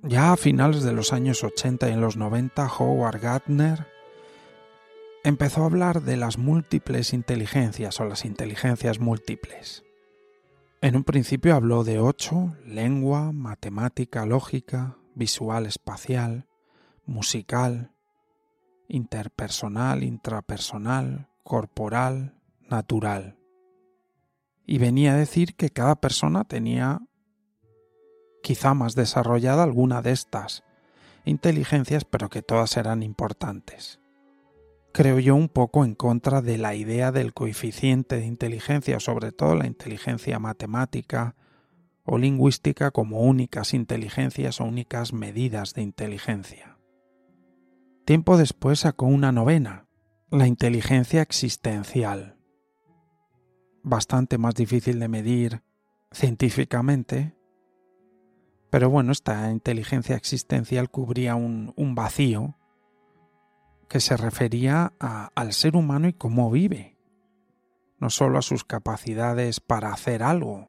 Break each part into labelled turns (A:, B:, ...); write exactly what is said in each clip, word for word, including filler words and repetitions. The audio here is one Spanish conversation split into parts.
A: Ya a finales de los años ochenta y en los noventa, Howard Gardner empezó a hablar de las múltiples inteligencias o las inteligencias múltiples. En un principio habló de ocho: lengua, matemática, lógica, visual, espacial, musical, interpersonal, intrapersonal, corporal, natural. Y venía a decir que cada persona tenía quizá más desarrollada alguna de estas inteligencias, pero que todas eran importantes. Creo yo un poco en contra de la idea del coeficiente de inteligencia, sobre todo la inteligencia matemática o lingüística, como únicas inteligencias o únicas medidas de inteligencia. Tiempo después sacó una novena, la inteligencia existencial. Bastante más difícil de medir científicamente, pero bueno, esta inteligencia existencial cubría un, un vacío que se refería a, al ser humano y cómo vive, no solo a sus capacidades para hacer algo.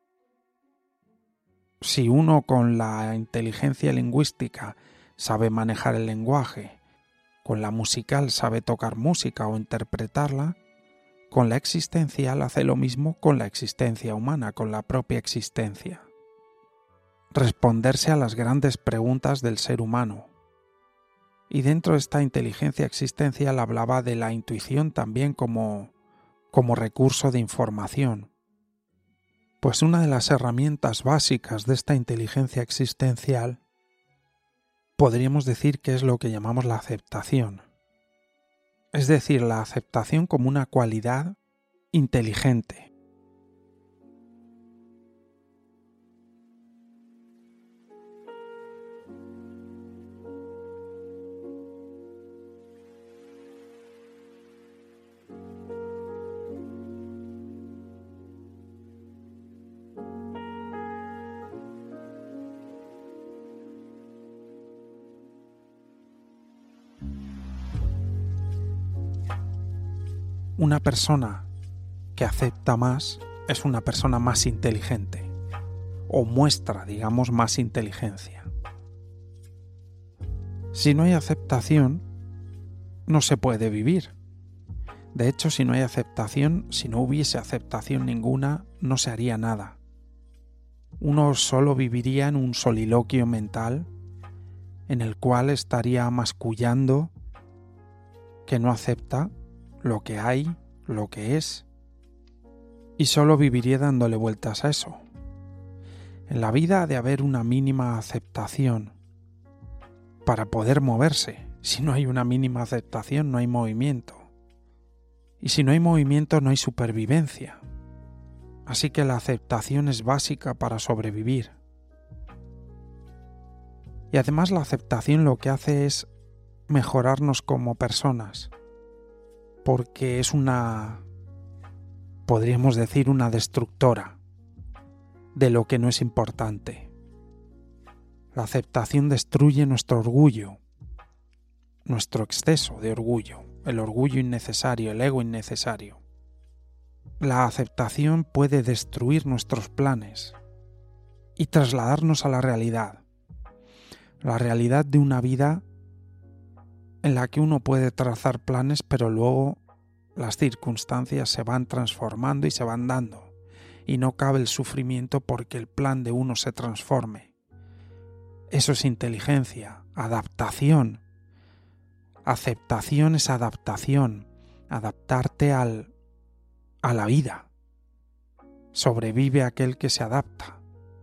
A: Si uno con la inteligencia lingüística sabe manejar el lenguaje, con la musical sabe tocar música o interpretarla, con la existencial hace lo mismo con la existencia humana, con la propia existencia. Responderse a las grandes preguntas del ser humano. Y dentro de esta inteligencia existencial hablaba de la intuición también como, como recurso de información. Pues una de las herramientas básicas de esta inteligencia existencial podríamos decir que es lo que llamamos la aceptación. Es decir, la aceptación como una cualidad inteligente. Una persona que acepta más es una persona más inteligente, o muestra, digamos, más inteligencia. Si no hay aceptación, no se puede vivir. De hecho, si no hay aceptación, si no hubiese aceptación ninguna, no se haría nada. Uno solo viviría en un soliloquio mental en el cual estaría mascullando que no acepta lo que hay, lo que es, y solo viviría dándole vueltas a eso. En la vida ha de haber una mínima aceptación para poder moverse. Si no hay una mínima aceptación, no hay movimiento. Y si no hay movimiento, no hay supervivencia. Así que la aceptación es básica para sobrevivir. Y además la aceptación lo que hace es mejorarnos como personas, porque es una, podríamos decir, una destructora de lo que no es importante. La aceptación destruye nuestro orgullo, nuestro exceso de orgullo, el orgullo innecesario, el ego innecesario. La aceptación puede destruir nuestros planes y trasladarnos a la realidad, la realidad de una vida en la que uno puede trazar planes, pero luego las circunstancias se van transformando y se van dando, y no cabe el sufrimiento porque el plan de uno se transforme. Eso es inteligencia, adaptación. Aceptación es adaptación, adaptarte al, a la vida. Sobrevive aquel que se adapta.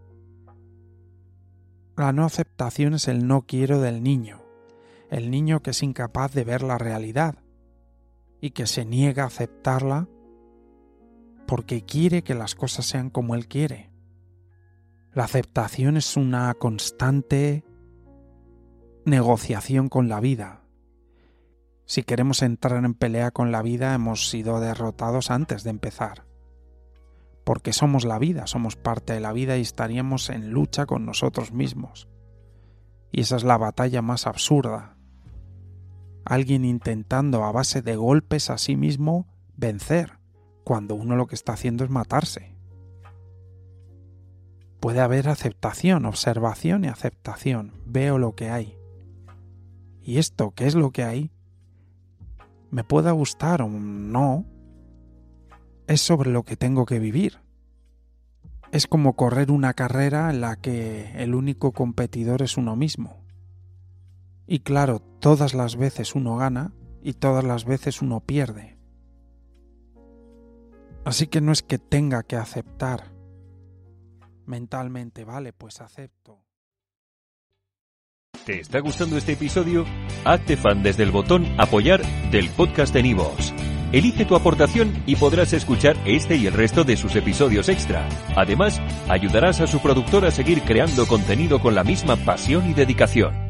A: La no aceptación es el no quiero del niño. El niño que es incapaz de ver la realidad y que se niega a aceptarla porque quiere que las cosas sean como él quiere. La aceptación es una constante negociación con la vida. Si queremos entrar en pelea con la vida, hemos sido derrotados antes de empezar. Porque somos la vida, somos parte de la vida y estaríamos en lucha con nosotros mismos. Y esa es la batalla más absurda. Alguien intentando a base de golpes a sí mismo vencer, cuando uno lo que está haciendo es matarse. puede haber aceptación, observación y aceptación. Veo lo que hay. Y esto, ¿qué es lo que hay? Me pueda gustar o no, es sobre lo que tengo que vivir. Es como correr una carrera en la que el único competidor es uno mismo. Y claro, todas las veces uno gana y todas las veces uno pierde. Así que no es que tenga que aceptar mentalmente, vale, pues acepto.
B: ¿Te está gustando este episodio? Hazte fan desde el botón Apoyar del podcast de Nivos. Elige tu aportación y podrás escuchar este y el resto de sus episodios extra. Además, ayudarás a su productor a seguir creando contenido con la misma pasión y dedicación.